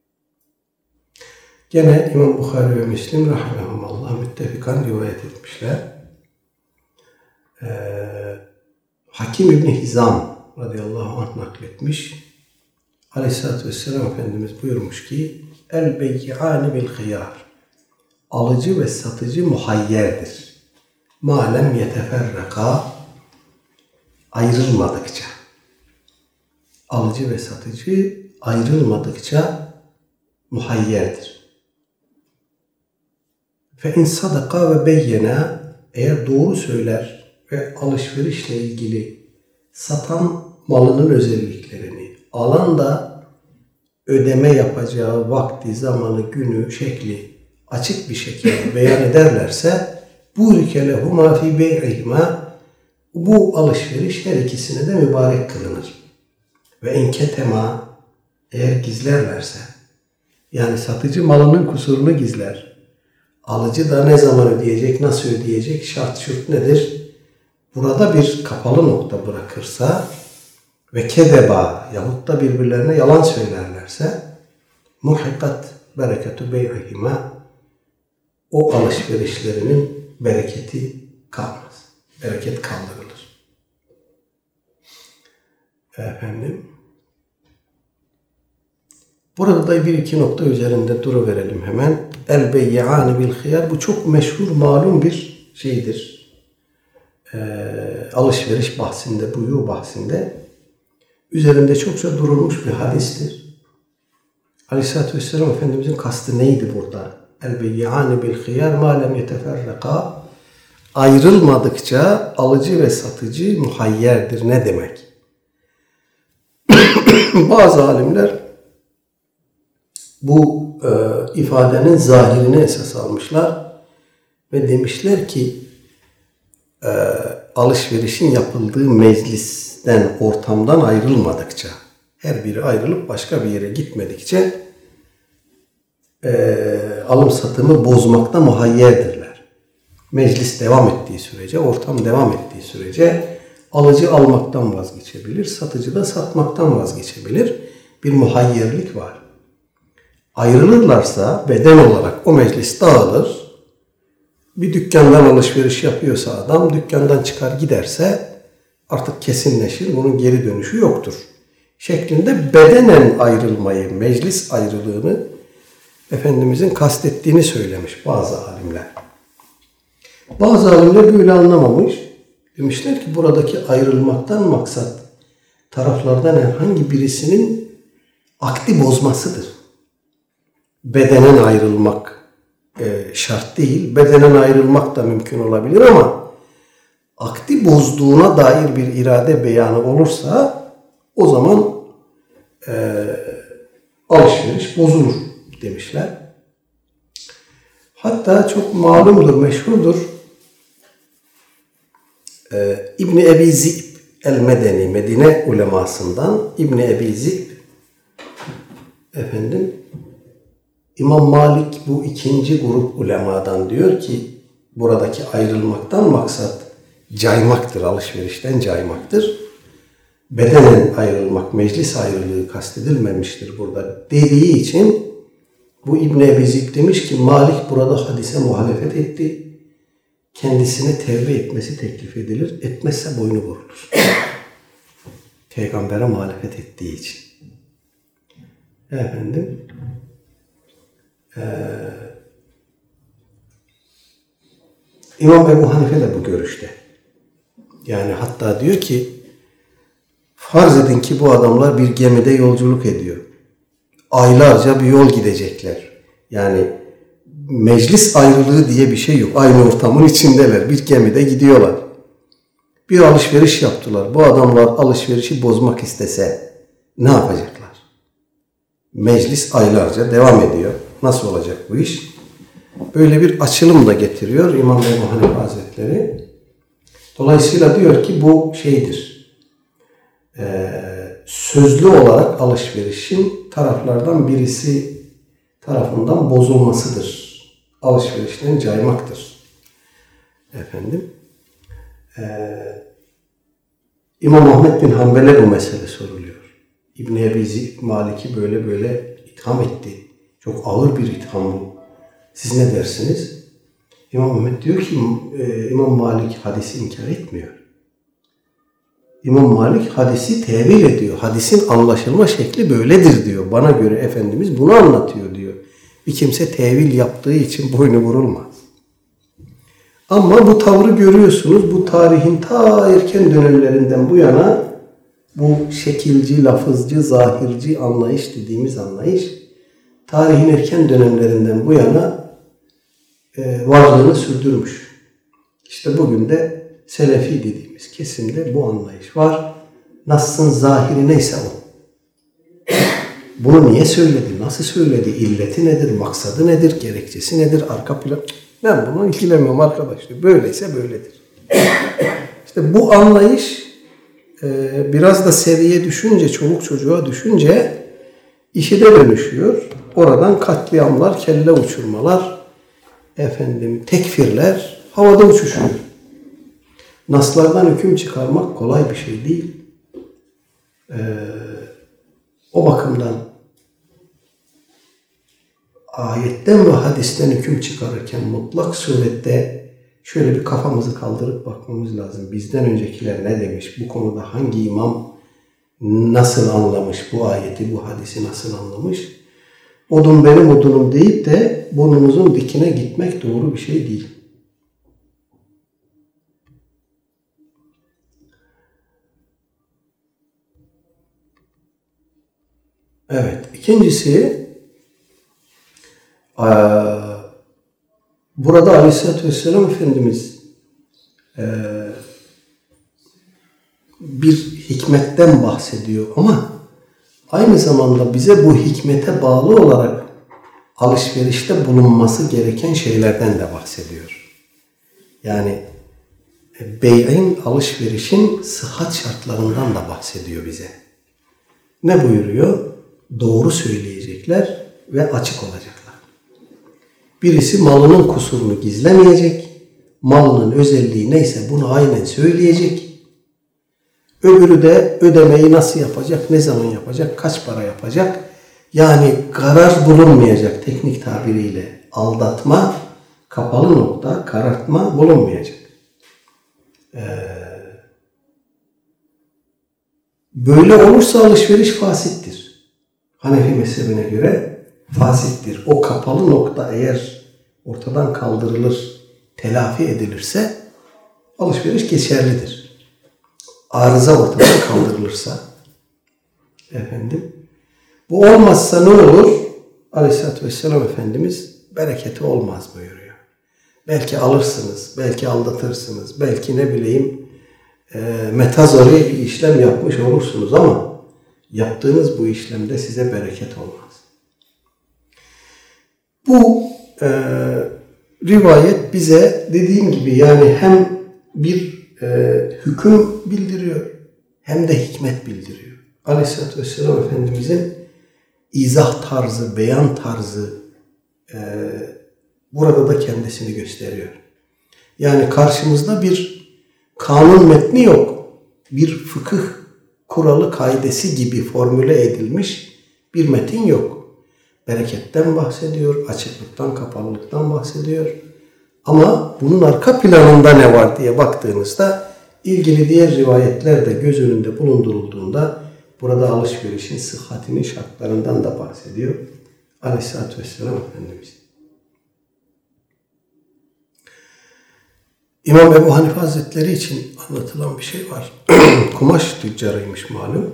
Gene İmam Bukhari ve Müslim rahimehumallah müttefikan rivayet etmişler. Hakim İbni Hizam radıyallahu anh nakletmiş. Aleyhisselatü vesselam Efendimiz buyurmuş ki el bey'ani bil khiyar. Alıcı ve satıcı muhayyerdir. Ma lem yeteferraka, ayrılmadıkça. Alıcı ve satıcı ayrılmadıkça muhayyerdir. Fe in sadaka ve beyyena, eğer doğru söyler ve alışverişle ilgili satan malının özelliklerini, alan da ödeme yapacağı vakti, zamanı, günü, şekli açık bir şekilde beyan ederlerse burike lehuma fi bey'ihima, bu alışveriş her ikisine de mübarek kılınır. Ve enketema, eğer gizlerlerse, yani satıcı malının kusurunu gizler, alıcı da ne zaman ödeyecek, nasıl ödeyecek, şart nedir? Burada bir kapalı nokta bırakırsa ve kedeba yahut da birbirlerine yalan söylerlerse muhikat bereketu bey'ihima, o alışverişlerinin bereketi kalmaz. Bereket kaldırılır. Efendim, burada da bir iki nokta üzerinde duruverelim hemen. El bey'ani bil khiyar, bu çok meşhur, malum bir şeydir. Alışveriş bahsinde, buyu bahsinde üzerinde çokça durulmuş bir hadistir. Aleyhisselatü Vesselam Efendimizin kastı neydi burada? El bey'ani bil khiyar ma lem yeteferraka, ayrılmadıkça alıcı ve satıcı muhayyerdir. Ne demek? Bazı alimler bu ifadenin zahirini esas almışlar ve demişler ki alışverişin yapıldığı meclisten, ortamdan ayrılmadıkça, her biri ayrılıp başka bir yere gitmedikçe alım satımı bozmakta muhayyerdirler. Meclis devam ettiği sürece, ortam devam ettiği sürece alıcı almaktan vazgeçebilir, satıcı da satmaktan vazgeçebilir. Bir muhayyerlik var. Ayrılırlarsa beden olarak o meclis dağılır. Bir dükkandan alışveriş yapıyorsa adam, dükkandan çıkar giderse artık kesinleşir, bunun geri dönüşü yoktur şeklinde bedenen ayrılmayı, meclis ayrılığını Efendimizin kastettiğini söylemiş bazı alimler. Bazı alimler böyle anlamamış. Demişler ki buradaki ayrılmaktan maksat taraflardan herhangi birisinin akdi bozmasıdır. Bedenen ayrılmak şart değil. Bedenen ayrılmak da mümkün olabilir ama akdi bozduğuna dair bir irade beyanı olursa o zaman alışveriş bozulur demişler. Hatta çok malumdur, meşhurdur. İbni Ebi Zi'b el-Medeni, Medine ulemasından İbni Ebi Zi'b efendim, İmam Malik bu ikinci grup ulemadan diyor ki buradaki ayrılmaktan maksat caymaktır, alışverişten caymaktır. Bedenen ayrılmak, meclis ayrılığı kastedilmemiştir burada dediği için bu İbn Ebi Zi'b demiş ki Malik burada hadise muhalefet etti. Kendisine tevbe etmesi teklif edilir. Etmezse boynu vurulur. Peygamber'e muhalefet ettiği için. Efendim, İmam Ebu Hanife de bu görüşte. Yani hatta diyor ki farz edin ki bu adamlar bir gemide yolculuk ediyor. Aylarca bir yol gidecekler. Yani meclis ayrılığı diye bir şey yok. Aynı ortamın içindeler. Bir gemide gidiyorlar. Bir alışveriş yaptılar. Bu adamlar alışverişi bozmak istese ne yapacaklar? Meclis aylarca devam ediyor. Nasıl olacak bu iş? Böyle bir açılım da getiriyor İmam Ebu Hanife Hazretleri. Dolayısıyla diyor ki bu şeydir. Sözlü olarak alışverişin taraflardan birisi tarafından bozulmasıdır. Alışverişten caymaktır. Efendim. İmam Ahmed bin Hanbel'e bu mesele soruluyor. İbn-i Ebi Malik'i böyle böyle itham etti. Çok ağır bir itham bu. Siz ne dersiniz? İmam Ahmed diyor ki İmam Malik hadisi inkar etmiyor. İmam Malik hadisi tevil ediyor. Hadisin anlaşılma şekli böyledir diyor. Bana göre Efendimiz bunu anlatıyor diyor. Bir kimse tevil yaptığı için boynu vurulmaz. Ama bu tavrı görüyorsunuz. Bu tarihin ta erken dönemlerinden bu yana bu şekilci, lafızcı, zahirci anlayış dediğimiz anlayış tarihin erken dönemlerinden bu yana varlığını sürdürmüş. İşte bugün de Selefi dediğimiz kesimde bu anlayış var. Nass'ın zahiri neyse o. Bunu niye söyledi, nasıl söyledi, illeti nedir, maksadı nedir, gerekçesi nedir, arka plan... Ben bunu ilgilemiyorum arkadaşlar. Böyleyse böyledir. İşte bu anlayış biraz da seviye düşünce, çoluk çocuğa düşünce işe de dönüşüyor. Oradan katliamlar, kelle uçurmalar, tekfirler havada uçuşuyor. Naslardan hüküm çıkarmak kolay bir şey değil. O bakımdan ayetten ve hadisten hüküm çıkarırken mutlak surette şöyle bir kafamızı kaldırıp bakmamız lazım. Bizden öncekiler ne demiş? Bu konuda hangi imam nasıl anlamış bu ayeti, bu hadisi nasıl anlamış? Odun benim odunum deyip de burnumuzun dikine gitmek doğru bir şey değil. Evet. İkincisi burada Aleyhisselatü Vesselam Efendimiz bir hikmetten bahsediyor ama aynı zamanda bize bu hikmete bağlı olarak alışverişte bulunması gereken şeylerden de bahsediyor. Yani bey'in, alışverişin sıhhat şartlarından da bahsediyor bize. Ne buyuruyor? Doğru söyleyecekler ve açık olacaklar. Birisi malının kusurunu gizlemeyecek, malının özelliği neyse bunu aynen söyleyecek. Öbürü de ödemeyi nasıl yapacak, ne zaman yapacak, kaç para yapacak. Yani karar bulunmayacak teknik tabiriyle. Aldatma, kapalı nokta, karartma bulunmayacak. Böyle olursa alışveriş fasittir. Hanefi mezhebine göre fasittir. O kapalı nokta eğer ortadan kaldırılır, telafi edilirse alışveriş geçerlidir. Arıza ortadan kaldırılırsa bu olmazsa ne olur? Aleyhisselatü Vesselam Efendimiz bereketi olmaz buyuruyor. Belki alırsınız, belki aldatırsınız, belki ne bileyim metazori bir işlem yapmış olursunuz ama yaptığınız bu işlemde size bereket olmaz. Bu rivayet bize dediğim gibi yani hem bir hüküm bildiriyor hem de hikmet bildiriyor. Aleyhisselatü Vesselam Efendimizin izah tarzı, beyan tarzı burada da kendisini gösteriyor. Yani karşımızda bir kanun metni yok. Bir fıkıh kuralı kaidesi gibi formüle edilmiş bir metin yok. Bereketten bahsediyor, açıklıktan, kapalılıktan bahsediyor. Ama bunun arka planında ne var diye baktığınızda ilgili diğer rivayetler de göz önünde bulundurulduğunda burada alışverişin sıhhatinin şartlarından da bahsediyor Aleyhisselatü Vesselam Efendimiz. İmam Ebu Hanife Hazretleri için anlatılan bir şey var. Kumaş tüccarıymış malum.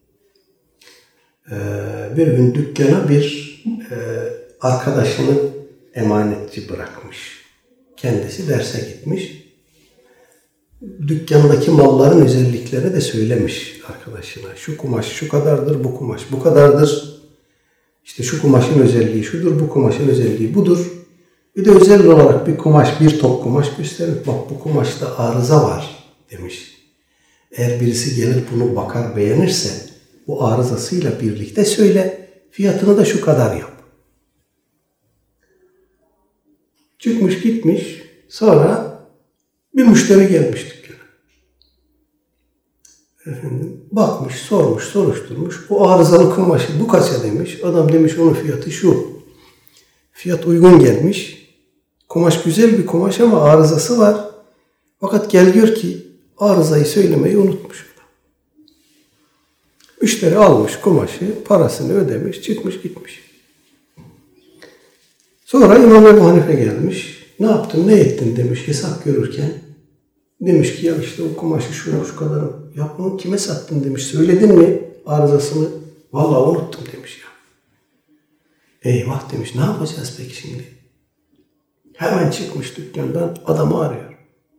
Bir gün dükkana bir arkadaşını emanetçi bırakmış. Kendisi derse gitmiş. Dükkandaki malların özellikleri de söylemiş arkadaşına. Şu kumaş şu kadardır, bu kumaş bu kadardır. İşte şu kumaşın özelliği şudur, bu kumaşın özelliği budur. Bir de özel olarak bir kumaş, bir top kumaş gösterip bak bu kumaşta arıza var demiş. Eğer birisi gelir bunu bakar beğenirse bu arızasıyla birlikte söyle, fiyatını da şu kadar yap. Çıkmış gitmiş, sonra bir müşteri gelmiş dükkana. Bakmış, sormuş, soruşturmuş. O arızalı kumaşı bu kaça demiş. Adam demiş onun fiyatı şu. Fiyat uygun gelmiş. Kumaş güzel bir kumaş ama arızası var. Fakat gel gör ki arızayı söylemeyi unutmuş. Müşteri almış kumaşı, parasını ödemiş, çıkmış gitmiş. Sonra İmam Ebu Hanife gelmiş. Ne yaptın, ne ettin demiş hesap görürken. Demiş ki ya işte o kumaşı şu kadar. Ya bunu kime sattın demiş. Söyledin mi arızasını? Vallahi unuttum demiş ya. Eyvah demiş, ne yapacağız peki şimdi? Hemen çıkmış dükkandan, adamı arıyor.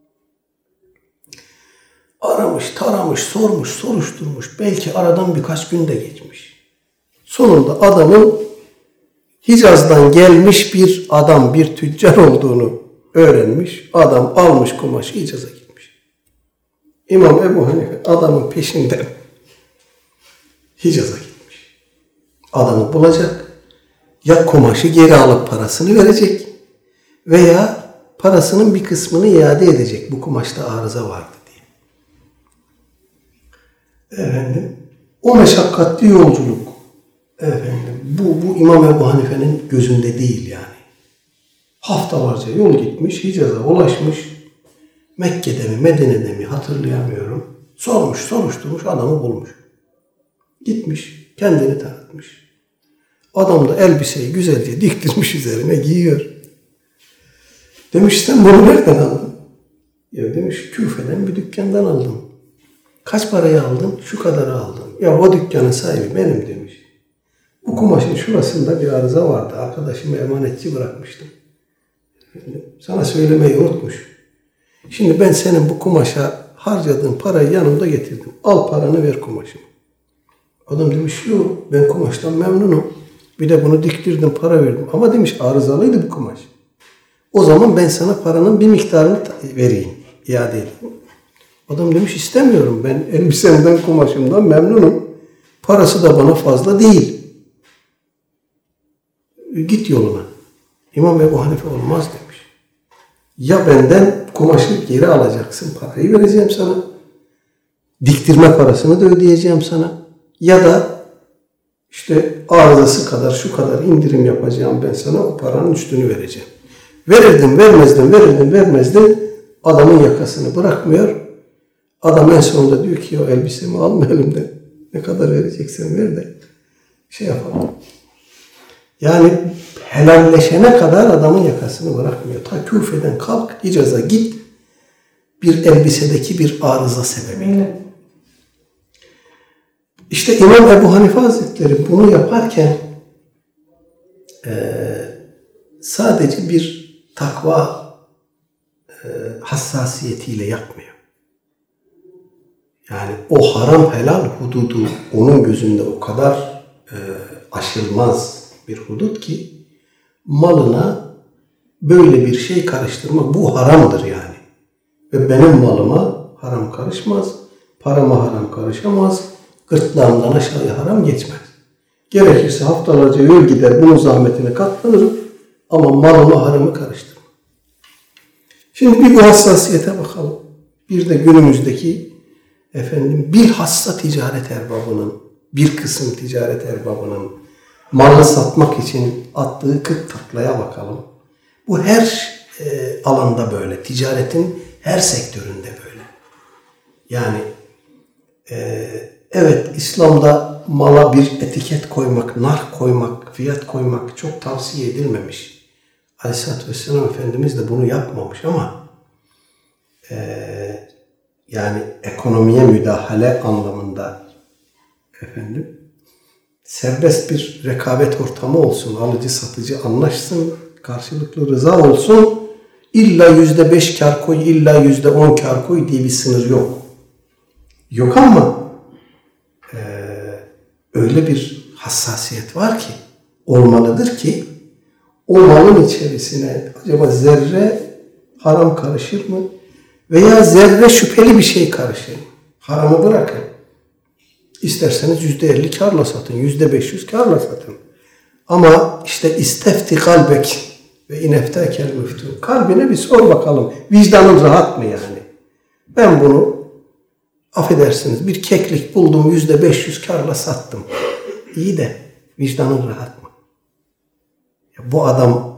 Aramış, taramış, sormuş, soruşturmuş. Belki aradan birkaç gün de geçmiş. Sonunda adamın Hicaz'dan gelmiş bir adam, bir tüccar olduğunu öğrenmiş. Adam almış kumaşı Hicaz'a gitmiş. İmam Ebu Hanife adamın peşinden Hicaz'a gitmiş. Adamı bulacak. Ya kumaşı geri alıp parasını verecek veya parasının bir kısmını iade edecek. Bu kumaşta arıza vardı diye. Efendim, o meşakkatli yolculuk bu İmam Ebu Hanife'nin gözünde değil yani. Haftalarca yol gitmiş, Hicaz'a ulaşmış. Mekke'de mi, Medine'de mi hatırlayamıyorum. Sormuş, soruşturmuş, adamı bulmuş. Gitmiş, kendini tanıtmış. Adam da elbiseyi güzelce diktirmiş üzerine giyiyor. Demiş sen bunu nereden aldın? Ya demiş Küfe'den bir dükkandan aldım. Kaç paraya aldın? Şu kadarı aldım. Ya o dükkanın sahibi benim demiş. Bu kumaşın şurasında bir arıza vardı. Arkadaşıma emanetçi bırakmıştım. Sana söylemeyi unutmuş. Şimdi ben senin bu kumaşa harcadığın parayı yanımda getirdim. Al paranı ver kumaşımı. Adam demiş yok ben kumaştan memnunum. Bir de bunu diktirdim para verdim. Ama demiş arızalıydı bu kumaş. O zaman ben sana paranın bir miktarını vereyim. İade edeyim. Adam demiş istemiyorum. Ben elbisemden kumaşımdan memnunum. Parası da bana fazla değil. Git yoluna. İmam Ebu Hanife olmaz demiş. Ya benden kumaşı geri alacaksın. Parayı vereceğim sana. Diktirme parasını da ödeyeceğim sana. Ya da işte arızası kadar şu kadar indirim yapacağım ben sana. O paranın üstünü vereceğim. Verirdim vermezdim. Adamın yakasını bırakmıyor. Adam en sonunda diyor ki o elbisemi alma elimden. Ne kadar vereceksen ver de şey yapalım. Yani helalleşene kadar adamın yakasını bırakmıyor. Ta Küfe'den kalk Hicaz'a git bir elbisedeki bir arıza sebebiyle. İşte İmam Ebu Hanife Hazretleri bunu yaparken sadece bir takva hassasiyetiyle yapmıyor. Yani o haram helal hududu onun gözünde o kadar aşılmaz bir hudut ki malına böyle bir şey karıştırmak bu haramdır yani. Ve benim malıma haram karışmaz, parama haram karışamaz, gırtlağımdan aşağıya haram geçmez. Gerekirse haftalarca yol gider bunun zahmetine katlanırım ama malıma haramı karıştırmam. Şimdi bir bu hassasiyete bakalım. Bir de günümüzdeki bilhassa ticaret erbabının, bir kısım ticaret erbabının malı satmak için attığı 40 taklaya bakalım. Bu her alanda böyle. Ticaretin her sektöründe böyle. Yani evet İslam'da mala bir etiket koymak, nark koymak, fiyat koymak çok tavsiye edilmemiş. Aleyhisselatü Vesselam Efendimiz de bunu yapmamış ama yani ekonomiye müdahale anlamında serbest bir rekabet ortamı olsun, alıcı satıcı anlaşsın, karşılıklı rıza olsun, illa %5 kar koy, illa %10 kar koy diye bir sınır yok. Yok ama öyle bir hassasiyet var ki, olmalıdır ki o malın içerisine acaba zerre haram karışır mı? Veya zerre şüpheli bir şey karışır mı? Haramı bırakın. İsterseniz %50 karla satın, %500 karla satın. Ama işte istefti kalbek ve ineftekel müftün. Kalbine bir sor bakalım. Vicdanın rahat mı yani? Ben bunu affedersiniz bir keklik buldum, %500 karla sattım. İyi de vicdanın rahat mı? Ya bu adam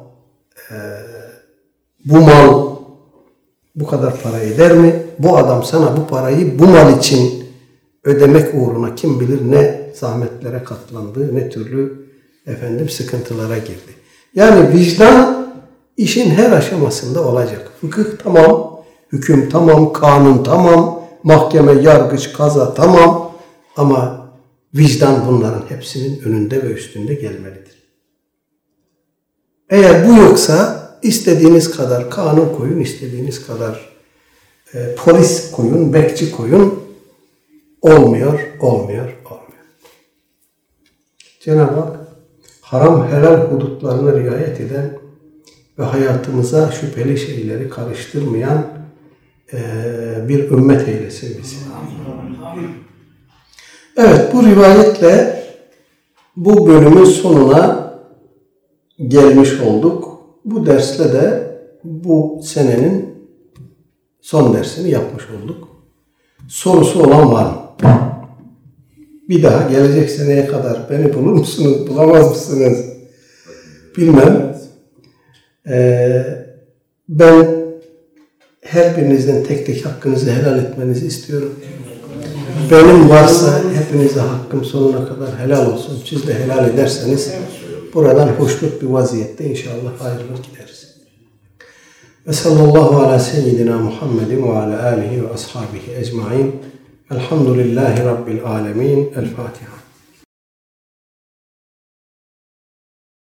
bu mal bu kadar para eder mi? Bu adam sana bu parayı bu mal için ödemek uğruna kim bilir ne zahmetlere katlandı, ne türlü sıkıntılara girdi. Yani vicdan işin her aşamasında olacak. Fıkıh tamam, hüküm tamam, kanun tamam, mahkeme, yargıç, kaza tamam ama vicdan bunların hepsinin önünde ve üstünde gelmelidir. Eğer bu yoksa istediğiniz kadar kanun koyun, istediğiniz kadar polis koyun, bekçi koyun, olmuyor. Cenab-ı Hak haram helal hudutlarına riayet eden ve hayatımıza şüpheli şeyleri karıştırmayan bir ümmet eylesin bizi. Evet, bu rivayetle bu bölümün sonuna gelmiş olduk. Bu dersle de bu senenin son dersini yapmış olduk. Sorusu olan var mı? Bir daha gelecek seneye kadar beni bulur musunuz, bulamaz mısınız? Bilmem. Ben her birinizden tek tek hakkınızı helal etmenizi istiyorum. Benim varsa hepinize hakkım sonuna kadar helal olsun. Siz de helal ederseniz buradan hoşnut bir vaziyette inşallah ayrılır gideriz. Ve sallallahu ala seyyidina Muhammedin ve ala alihi ve ashabihi ecmain. Elhamdülillahi Rabbil alemin. El Fatiha.